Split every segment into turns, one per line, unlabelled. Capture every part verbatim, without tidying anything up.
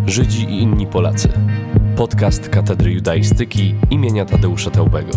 Żydzi i inni Polacy. Podcast Katedry Judaistyki imienia Tadeusza Teubego.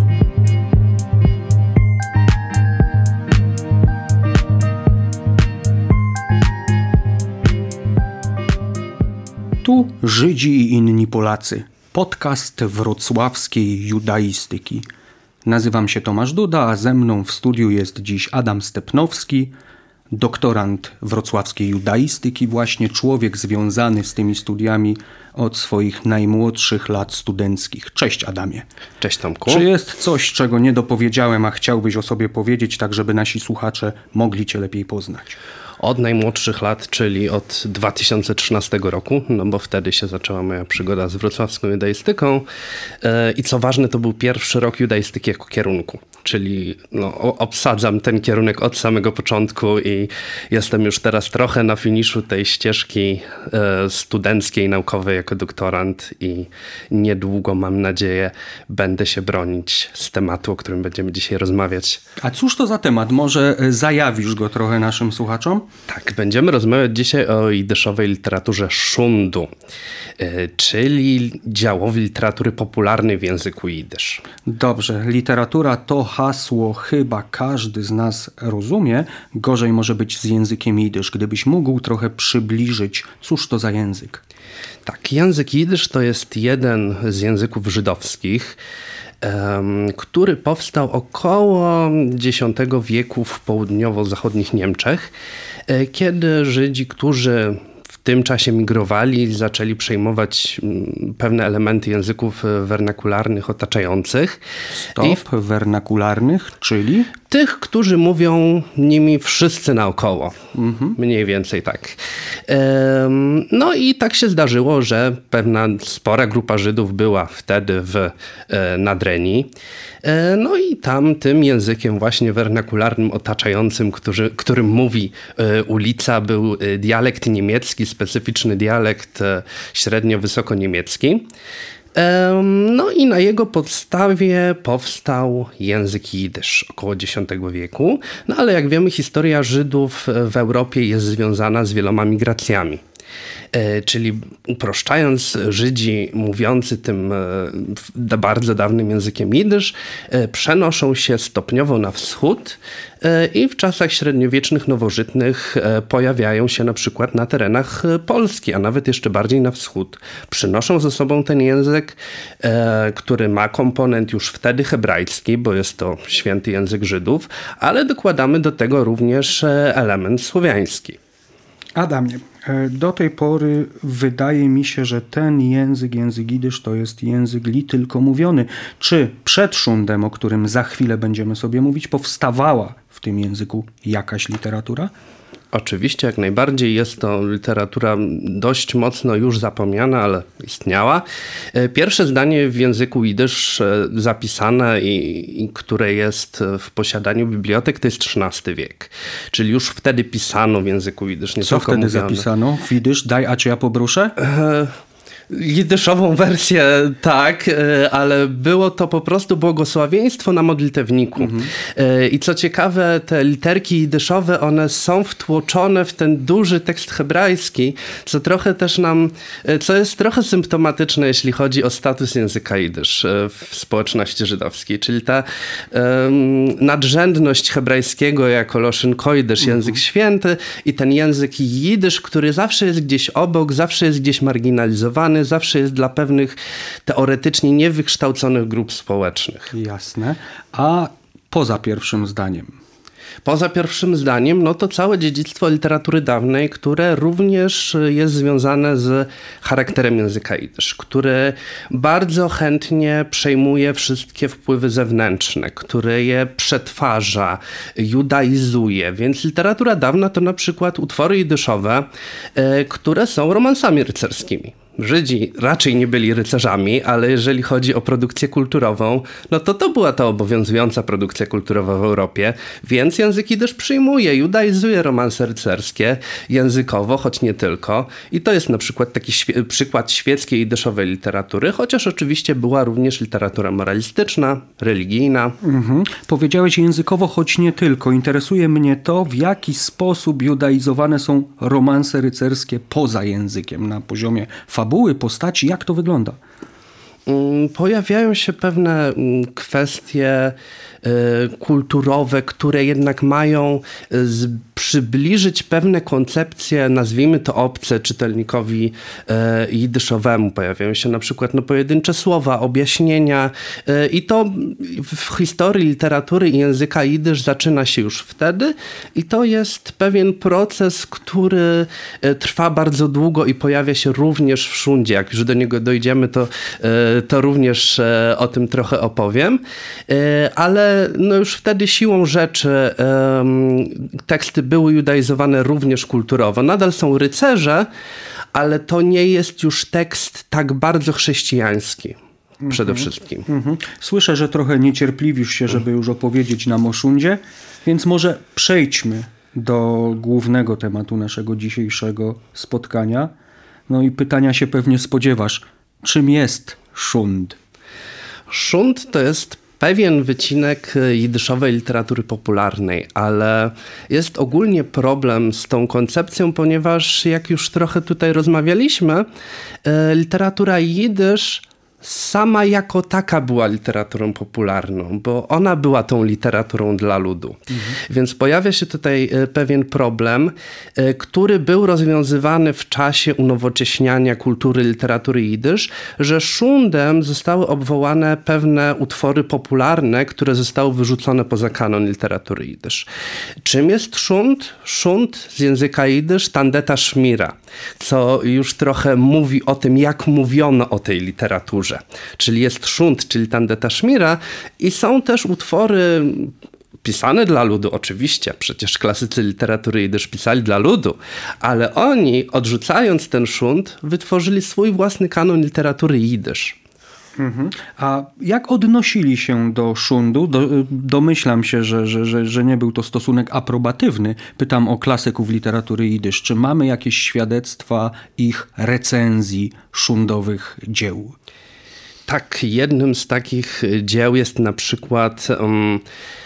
Tu Żydzi i inni Polacy. Podcast wrocławskiej judaistyki. Nazywam się Tomasz Duda, a ze mną w studiu jest dziś Adam Stepnowski, doktorant wrocławskiej judaistyki, właśnie człowiek związany z tymi studiami od swoich najmłodszych lat studenckich. Cześć Adamie.
Cześć Tomku.
Czy jest coś, czego nie dopowiedziałem, a chciałbyś o sobie powiedzieć, tak żeby nasi słuchacze mogli Cię lepiej poznać?
Od najmłodszych lat, czyli od dwa tysiące trzynastego roku, no bo wtedy się zaczęła moja przygoda z wrocławską judaistyką. I co ważne, to był pierwszy rok judaistyki jako kierunku, czyli no, obsadzam ten kierunek od samego początku i jestem już teraz trochę na finiszu tej ścieżki studenckiej, naukowej jako doktorant i niedługo, mam nadzieję, będę się bronić z tematu, o którym będziemy dzisiaj rozmawiać.
A cóż to za temat? Może zajawisz go trochę naszym słuchaczom?
Tak, będziemy rozmawiać dzisiaj o jidyszowej literaturze szundu, czyli działowi literatury popularnej w języku jidysz.
Dobrze, literatura to hasło chyba każdy z nas rozumie. Gorzej może być z językiem jidysz. Gdybyś mógł trochę przybliżyć, cóż to za język?
Tak, język jidysz to jest jeden z języków żydowskich, który powstał około dziesiątego wieku w południowo-zachodnich Niemczech, kiedy Żydzi, którzy w tym czasie migrowali, zaczęli przejmować pewne elementy języków wernakularnych otaczających.
Stop, I w... wernakularnych, czyli?
Tych, którzy mówią nimi wszyscy naokoło. Mhm. Mniej więcej tak. No i tak się zdarzyło, że pewna spora grupa Żydów była wtedy w Nadrenii. No i tam tym językiem właśnie wernakularnym otaczającym, który, którym mówi ulica, był dialekt niemiecki, specyficzny dialekt średnio-wysokoniemiecki. No i na jego podstawie powstał język jidysz około dziesiątego wieku. No ale jak wiemy, historia Żydów w Europie jest związana z wieloma migracjami. Czyli uproszczając, Żydzi mówiący tym bardzo dawnym językiem jidysz przenoszą się stopniowo na wschód i w czasach średniowiecznych, nowożytnych pojawiają się na przykład na terenach Polski, a nawet jeszcze bardziej na wschód. Przynoszą ze sobą ten język, który ma komponent już wtedy hebrajski, bo jest to święty język Żydów, ale dokładamy do tego również element słowiański.
Adamie, do tej pory wydaje mi się, że ten język, język jidysz to jest język li tylko mówiony. Czy przed szundem, o którym za chwilę będziemy sobie mówić, powstawała w tym języku jakaś literatura?
Oczywiście, jak najbardziej. Jest to literatura dość mocno już zapomniana, ale istniała. Pierwsze zdanie w języku jidysz zapisane i, i które jest w posiadaniu bibliotek, to jest trzynasty wiek. Czyli już wtedy pisano w języku jidysz. Nie
Co
tylko
wtedy
mówiono.
Zapisano w jidysz? Daj, a czy ja pobruszę?
E- Jidyszową wersję tak, ale było to po prostu błogosławieństwo na modlitewniku. Mhm. I co ciekawe, te literki jidyszowe, one są wtłoczone w ten duży tekst hebrajski, co trochę też nam, co jest trochę symptomatyczne, jeśli chodzi o status języka jidysz w społeczności żydowskiej, czyli ta um, nadrzędność hebrajskiego jako loszyn kojidysz, mhm. język święty, i ten język jidysz, który zawsze jest gdzieś obok, zawsze jest gdzieś marginalizowany, zawsze jest dla pewnych teoretycznie niewykształconych grup społecznych.
Jasne. A poza pierwszym zdaniem?
Poza pierwszym zdaniem, no to całe dziedzictwo literatury dawnej, które również jest związane z charakterem języka jidysz, który bardzo chętnie przejmuje wszystkie wpływy zewnętrzne, który je przetwarza, judaizuje. Więc literatura dawna to na przykład utwory jidyszowe, które są romansami rycerskimi. Żydzi raczej nie byli rycerzami, ale jeżeli chodzi o produkcję kulturową, no to to była ta obowiązująca produkcja kulturowa w Europie, więc język jidysz przyjmuje, judaizuje romanse rycerskie językowo, choć nie tylko. I to jest na przykład taki świe- przykład świeckiej jidyszowej literatury, chociaż oczywiście była również literatura moralistyczna, religijna.
Mhm. Powiedziałeś językowo, choć nie tylko. Interesuje mnie to, w jaki sposób judaizowane są romanse rycerskie poza językiem, na poziomie fabularnym. fabuły, postaci? Jak to wygląda?
Pojawiają się pewne kwestie kulturowe, które jednak mają przybliżyć pewne koncepcje, nazwijmy to obce, czytelnikowi jidyszowemu. Pojawiają się na przykład no, pojedyncze słowa, objaśnienia i to w historii literatury i języka jidysz zaczyna się już wtedy i to jest pewien proces, który trwa bardzo długo i pojawia się również w szundzie. Jak już do niego dojdziemy, to, to również o tym trochę opowiem, ale no już wtedy siłą rzeczy teksty były judaizowane również kulturowo. Nadal są rycerze, ale to nie jest już tekst tak bardzo chrześcijański. Przede mm-hmm. wszystkim.
Mm-hmm. Słyszę, że trochę niecierpliwisz się, żeby już opowiedzieć nam o szundzie, więc może przejdźmy do głównego tematu naszego dzisiejszego spotkania. No i pytania się pewnie spodziewasz. Czym jest szund?
Szund to jest pewien wycinek jidyszowej literatury popularnej, ale jest ogólnie problem z tą koncepcją, ponieważ jak już trochę tutaj rozmawialiśmy, literatura jidysz sama jako taka była literaturą popularną, bo ona była tą literaturą dla ludu. Mhm. Więc pojawia się tutaj pewien problem, który był rozwiązywany w czasie unowocześniania kultury literatury jidysz, że szundem zostały obwołane pewne utwory popularne, które zostały wyrzucone poza kanon literatury jidysz. Czym jest szund? Szund z języka jidysz, tandeta szmira, co już trochę mówi o tym, jak mówiono o tej literaturze. Czyli jest szund, czyli tandeta szmira i są też utwory pisane dla ludu, oczywiście, przecież klasycy literatury jidysz pisali dla ludu, ale oni, odrzucając ten szund, wytworzyli swój własny kanon literatury jidysz.
Mhm. A jak odnosili się do szundu? Do, domyślam się, że, że, że, że nie był to stosunek aprobatywny. Pytam o klasyków literatury jidysz. Czy mamy jakieś świadectwa ich recenzji szundowych dzieł?
Tak, jednym z takich dzieł jest na przykład um,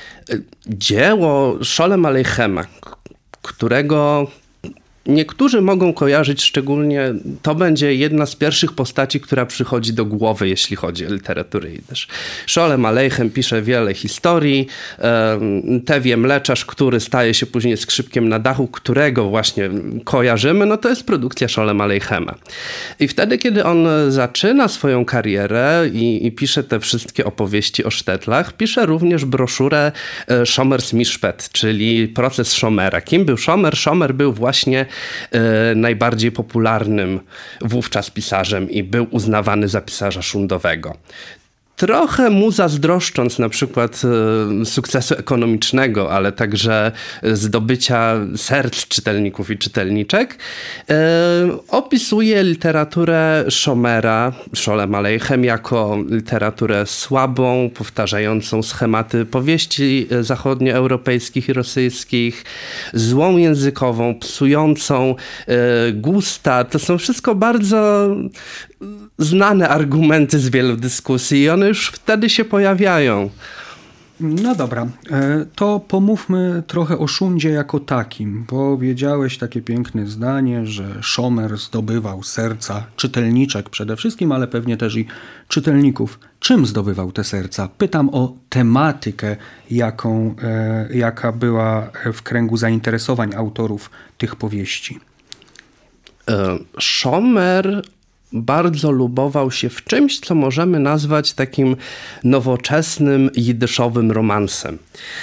dzieło Szolem Aleichema, którego niektórzy mogą kojarzyć szczególnie, to będzie jedna z pierwszych postaci, która przychodzi do głowy, jeśli chodzi o literaturę jidysz. Szolem Aleichem pisze wiele historii. Tewie Mleczarz, który staje się później skrzypkiem na dachu, którego właśnie kojarzymy, no to jest produkcja Szolem Aleichema. I wtedy, kiedy on zaczyna swoją karierę i, i pisze te wszystkie opowieści o sztetlach, pisze również broszurę Schomers Miszpet, czyli proces Schomera. Kim był Schomer? Schomer był właśnie najbardziej popularnym wówczas pisarzem i był uznawany za pisarza szundowego. Trochę mu zazdroszcząc na przykład sukcesu ekonomicznego, ale także zdobycia serc czytelników i czytelniczek, opisuje literaturę Schomera, Szolem Aleichem, jako literaturę słabą, powtarzającą schematy powieści zachodnioeuropejskich i rosyjskich, złą językową, psującą gusta. To są wszystko bardzo znane argumenty z wielu dyskusji i one już wtedy się pojawiają.
No dobra, to pomówmy trochę o szundzie jako takim. Powiedziałeś takie piękne zdanie, że Schomer zdobywał serca czytelniczek przede wszystkim, ale pewnie też i czytelników. Czym zdobywał te serca? Pytam o tematykę, jaką, jaka była w kręgu zainteresowań autorów tych powieści.
Schomer bardzo lubował się w czymś, co możemy nazwać takim nowoczesnym jidyszowym romansem.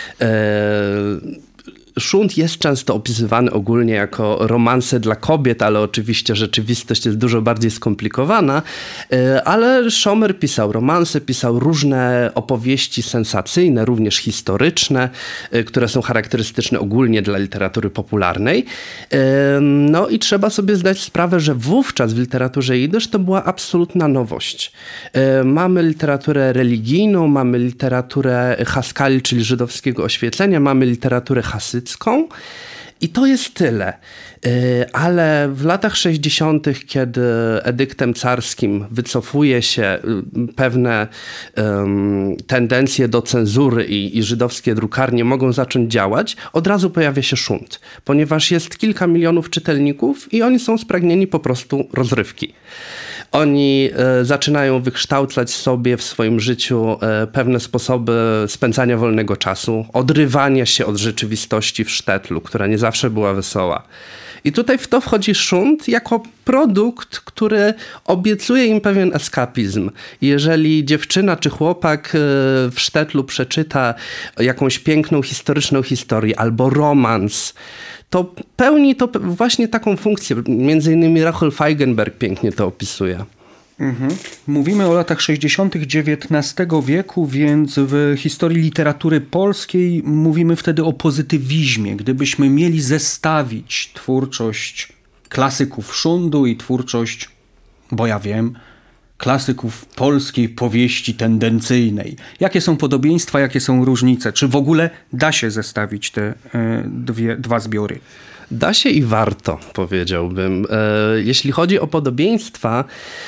Szund jest często opisywany ogólnie jako romanse dla kobiet, ale oczywiście rzeczywistość jest dużo bardziej skomplikowana. Ale Schomer pisał romanse, pisał różne opowieści sensacyjne, również historyczne, które są charakterystyczne ogólnie dla literatury popularnej. No i trzeba sobie zdać sprawę, że wówczas w literaturze jidysz to była absolutna nowość. Mamy literaturę religijną, mamy literaturę Haskali, czyli żydowskiego oświecenia, mamy literaturę hasycką. I to jest tyle. Ale w latach sześćdziesiątych, kiedy edyktem carskim wycofuje się pewne um, tendencje do cenzury i, i żydowskie drukarnie mogą zacząć działać, od razu pojawia się szund, ponieważ jest kilka milionów czytelników i oni są spragnieni po prostu rozrywki. Oni e, zaczynają wykształcać sobie w swoim życiu e, pewne sposoby spędzania wolnego czasu, odrywania się od rzeczywistości w sztetlu, która nie zawsze była wesoła. I tutaj w to wchodzi Szund jako produkt, który obiecuje im pewien eskapizm. Jeżeli dziewczyna czy chłopak w sztetlu przeczyta jakąś piękną, historyczną historię albo romans, to pełni to właśnie taką funkcję. Między innymi Rachel Feigenberg pięknie to opisuje.
Mhm. Mówimy o latach sześćdziesiątych dziewiętnastego wieku, więc w historii literatury polskiej mówimy wtedy o pozytywizmie. Gdybyśmy mieli zestawić twórczość klasyków Szundu i twórczość, bo ja wiem, klasyków polskiej powieści tendencyjnej. Jakie są podobieństwa, jakie są różnice? Czy w ogóle da się zestawić te e, dwie, dwa zbiory?
Da się i warto, powiedziałbym. Jeśli chodzi o podobieństwa,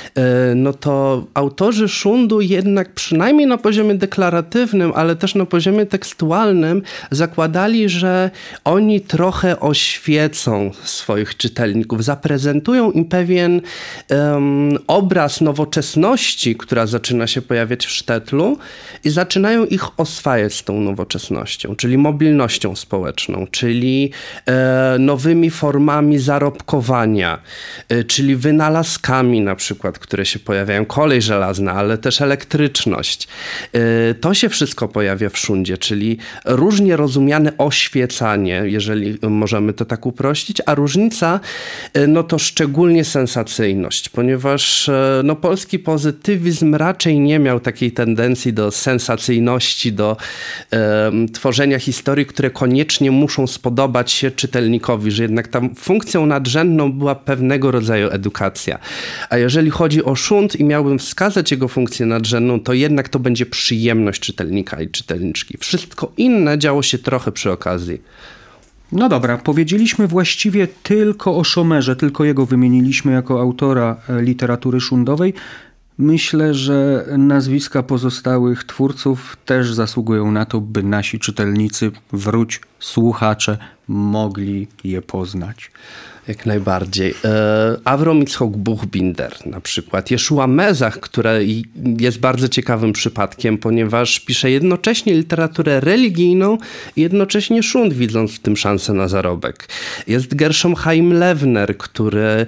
no to autorzy Szundu jednak przynajmniej na poziomie deklaratywnym, ale też na poziomie tekstualnym zakładali, że oni trochę oświecą swoich czytelników, zaprezentują im pewien um, obraz nowoczesności, która zaczyna się pojawiać w sztetlu i zaczynają ich oswajać z tą nowoczesnością, czyli mobilnością społeczną, czyli e, no, nowymi formami zarobkowania, czyli wynalazkami na przykład, które się pojawiają, kolej żelazna, ale też elektryczność. To się wszystko pojawia w Szundzie, czyli różnie rozumiane oświecanie, jeżeli możemy to tak uprościć, a różnica no to szczególnie sensacyjność, ponieważ no, polski pozytywizm raczej nie miał takiej tendencji do sensacyjności, do um, tworzenia historii, które koniecznie muszą spodobać się czytelnikowi, że jednak tam funkcją nadrzędną była pewnego rodzaju edukacja. A jeżeli chodzi o Szund i miałbym wskazać jego funkcję nadrzędną, to jednak to będzie przyjemność czytelnika i czytelniczki. Wszystko inne działo się trochę przy okazji.
No dobra, powiedzieliśmy właściwie tylko o Szomerze, tylko jego wymieniliśmy jako autora literatury szundowej. Myślę, że nazwiska pozostałych twórców też zasługują na to, by nasi czytelnicy, wróć słuchacze, mogli je poznać.
Jak najbardziej. Avrom Yitzchok Buchbinder na przykład. Jeszua Mezach, która jest bardzo ciekawym przypadkiem, ponieważ pisze jednocześnie literaturę religijną i jednocześnie Szund, widząc w tym szansę na zarobek. Jest Gershom Chaim Lewner, który e,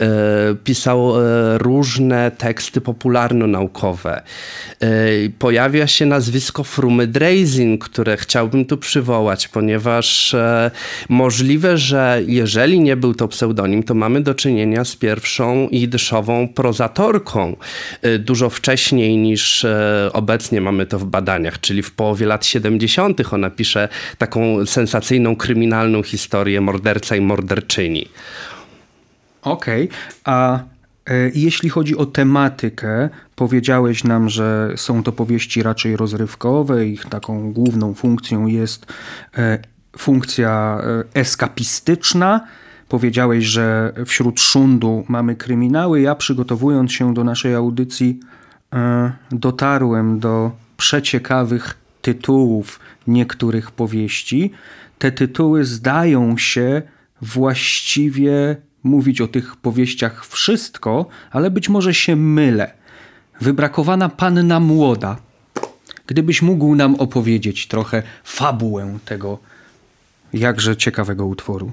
pisał e, różne teksty popularno-naukowe. E, pojawia się nazwisko Frumy Dreizin, które chciałbym tu przywołać, ponieważ e, możliwe, że jeżeli nie był to pseudonim, to mamy do czynienia z pierwszą jidyszową prozatorką. Dużo wcześniej niż obecnie mamy to w badaniach, czyli w połowie lat siedemdziesiątych ona pisze taką sensacyjną, kryminalną historię Morderca i morderczyni.
Okej, okay. A e, jeśli chodzi o tematykę, powiedziałeś nam, że są to powieści raczej rozrywkowe, ich taką główną funkcją jest e, funkcja e, eskapistyczna. Powiedziałeś, że wśród Szundu mamy kryminały. Ja, przygotowując się do naszej audycji, dotarłem do przeciekawych tytułów niektórych powieści. Te tytuły zdają się właściwie mówić o tych powieściach wszystko, ale być może się mylę. Wybrakowana panna młoda. Gdybyś mógł nam opowiedzieć trochę fabułę tego jakże ciekawego utworu.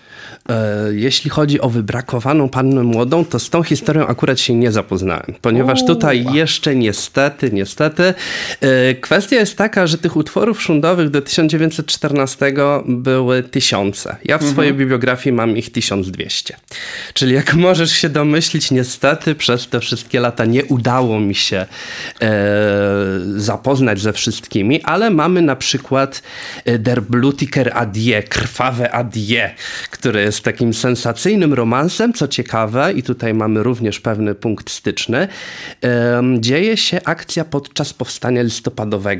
Jeśli chodzi o wybrakowaną pannę młodą, to z tą historią akurat się nie zapoznałem, ponieważ tutaj jeszcze niestety, niestety kwestia jest taka, że tych utworów szundowych do tysiąc dziewięćset czternastego były tysiące. Ja w mhm. swojej bibliografii mam ich tysiąc dwieście. Czyli jak możesz się domyślić, niestety przez te wszystkie lata nie udało mi się e, zapoznać ze wszystkimi, ale mamy na przykład Der Blutiger Adieu, Krwawe Adieu, które jest takim sensacyjnym romansem, co ciekawe, i tutaj mamy również pewny punkt styczny, dzieje się akcja podczas powstania listopadowego.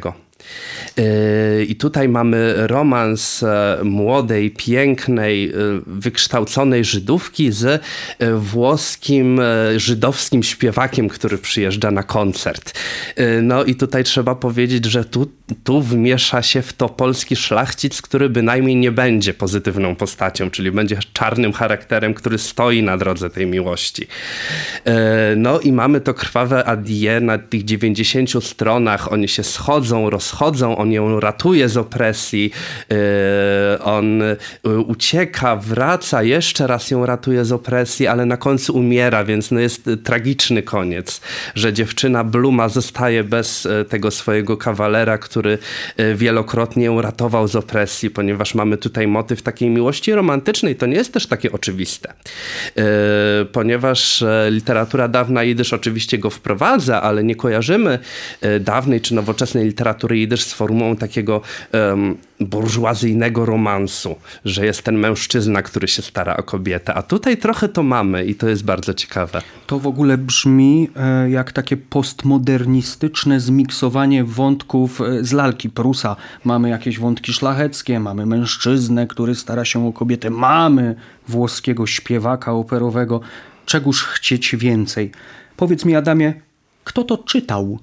I tutaj mamy romans młodej, pięknej, wykształconej Żydówki z włoskim, żydowskim śpiewakiem, który przyjeżdża na koncert. No i tutaj trzeba powiedzieć, że tu, tu wmiesza się w to polski szlachcic, który bynajmniej nie będzie pozytywną postacią, czyli będzie czarnym charakterem, który stoi na drodze tej miłości. No i mamy to krwawe adieu na tych dziewięćdziesięciu stronach. Oni się schodzą, rozchodzą, on ją ratuje z opresji, on ucieka, wraca, jeszcze raz ją ratuje z opresji, ale na końcu umiera, więc no jest tragiczny koniec, że dziewczyna Bluma zostaje bez tego swojego kawalera, który wielokrotnie ją ratował z opresji, ponieważ mamy tutaj motyw takiej miłości romantycznej. To nie jest też takie oczywiste, ponieważ literatura dawna jidysz oczywiście go wprowadza, ale nie kojarzymy dawnej czy nowoczesnej literatury jidysz z formułą takiego um, burżuazyjnego romansu, że jest ten mężczyzna, który się stara o kobietę. A tutaj trochę to mamy i to jest bardzo ciekawe.
To w ogóle brzmi e, jak takie postmodernistyczne zmiksowanie wątków z lalki Prusa. Mamy jakieś wątki szlacheckie, mamy mężczyznę, który stara się o kobietę, mamy włoskiego śpiewaka operowego. Czegóż chcieć więcej? Powiedz mi, Adamie, kto to czytał?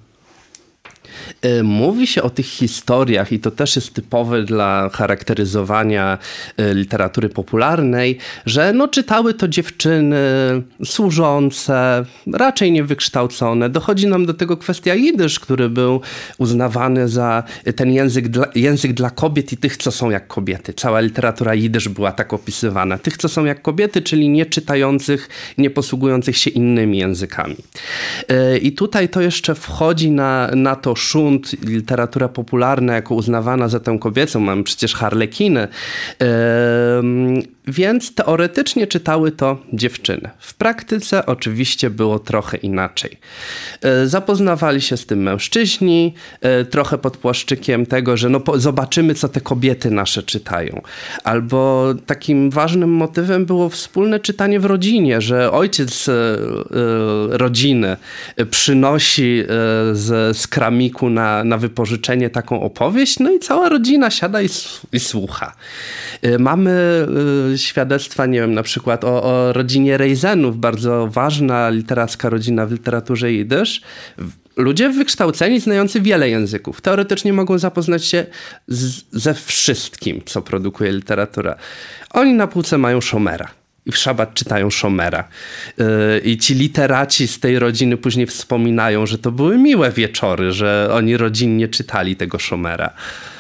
Mówi się o tych historiach i to też jest typowe dla charakteryzowania literatury popularnej, że no czytały to dziewczyny służące, raczej niewykształcone. Dochodzi nam do tego kwestia jidysz, który był uznawany za ten język dla, język dla kobiet i tych, co są jak kobiety. Cała literatura jidysz była tak opisywana. Tych, co są jak kobiety, czyli nie czytających, nie posługujących się innymi językami. I tutaj to jeszcze wchodzi na, na to szunt, literatura popularna jako uznawana za tę kobiecą. Mamy przecież harlekiny. Yy, więc teoretycznie czytały to dziewczyny. W praktyce oczywiście było trochę inaczej. Yy, zapoznawali się z tym mężczyźni, yy, trochę pod płaszczykiem tego, że no po, zobaczymy, co te kobiety nasze czytają. Albo takim ważnym motywem było wspólne czytanie w rodzinie, że ojciec yy, rodziny przynosi yy, z, z kramiku na, na wypożyczenie taką opowieść, no i cała rodzina siada i, i słucha. Mamy świadectwa, nie wiem, na przykład o, o rodzinie Reisenów, bardzo ważna literacka rodzina w literaturze jidysz. Ludzie wykształceni, znający wiele języków. Teoretycznie mogą zapoznać się z, ze wszystkim, co produkuje literatura. Oni na półce mają Szomera. I w szabat czytają Szomera. Yy, I ci literaci z tej rodziny później wspominają, że to były miłe wieczory, że oni rodzinnie czytali tego Szomera.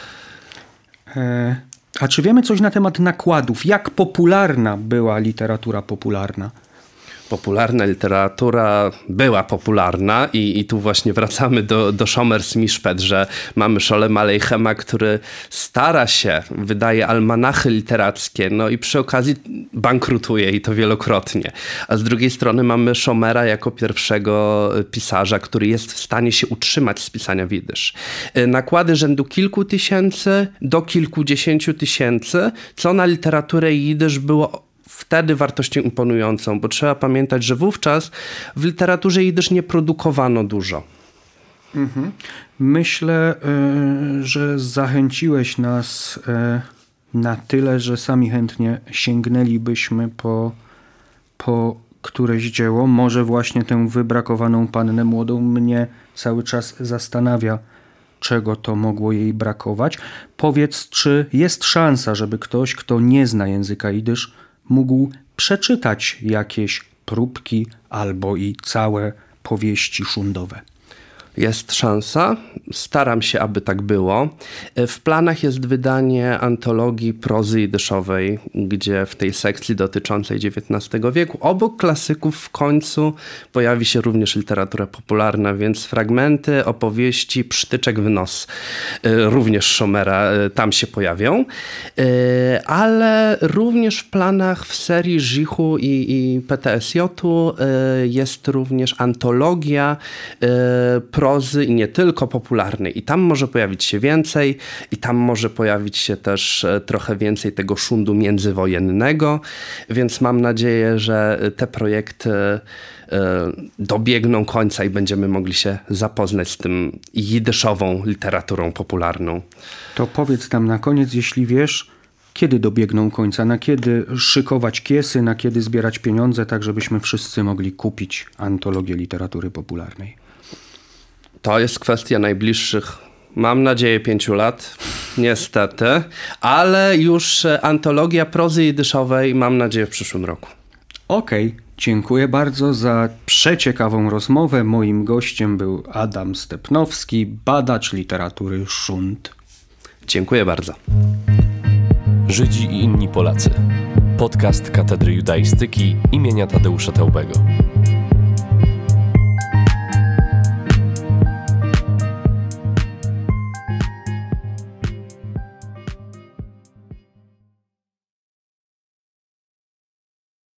E, a czy wiemy coś na temat nakładów? Jak popularna była literatura popularna?
Popularna literatura była popularna i, i tu właśnie wracamy do, do Szomers Miszpet, że mamy Szolem Alejchema, który stara się, wydaje almanachy literackie, no i przy okazji bankrutuje i to wielokrotnie. A z drugiej strony mamy Szomera jako pierwszego pisarza, który jest w stanie się utrzymać z pisania w jidysz. Nakłady rzędu kilku tysięcy do kilkudziesięciu tysięcy, co na literaturę jidysz było wtedy wartością imponującą, bo trzeba pamiętać, że wówczas w literaturze jidysz nie produkowano dużo.
Mhm. Myślę, y, że zachęciłeś nas y, na tyle, że sami chętnie sięgnęlibyśmy po, po któreś dzieło. Może właśnie tę wybrakowaną pannę młodą mnie cały czas zastanawia, czego to mogło jej brakować. Powiedz, czy jest szansa, żeby ktoś, kto nie zna języka jidysz, mógł przeczytać jakieś próbki albo i całe powieści szundowe?
Jest szansa. Staram się, aby tak było. W planach jest wydanie antologii prozy jidyszowej, gdzie w tej sekcji dotyczącej dziewiętnastego wieku obok klasyków w końcu pojawi się również literatura popularna, więc fragmenty opowieści Psztyczek w nos, również Szomera, tam się pojawią. Ale również w planach w serii Żichu i, i P T S J-u jest również antologia prozy i nie tylko popularnej. I tam może pojawić się więcej, i tam może pojawić się też trochę więcej tego szundu międzywojennego, więc mam nadzieję, że te projekty dobiegną końca i będziemy mogli się zapoznać z tym jidyszową literaturą popularną.
To powiedz nam na koniec, jeśli wiesz, kiedy dobiegną końca, na kiedy szykować kiesy, na kiedy zbierać pieniądze, tak żebyśmy wszyscy mogli kupić antologię literatury popularnej.
To jest kwestia najbliższych, mam nadzieję, pięciu lat, niestety, ale już antologia prozy jidyszowej mam nadzieję w przyszłym roku.
Okej, okay. Dziękuję bardzo za przeciekawą rozmowę. Moim gościem był Adam Stepnowski, badacz literatury szund.
Dziękuję bardzo.
Żydzi i inni Polacy. Podcast Katedry Judaistyki imienia Tadeusza Teubego.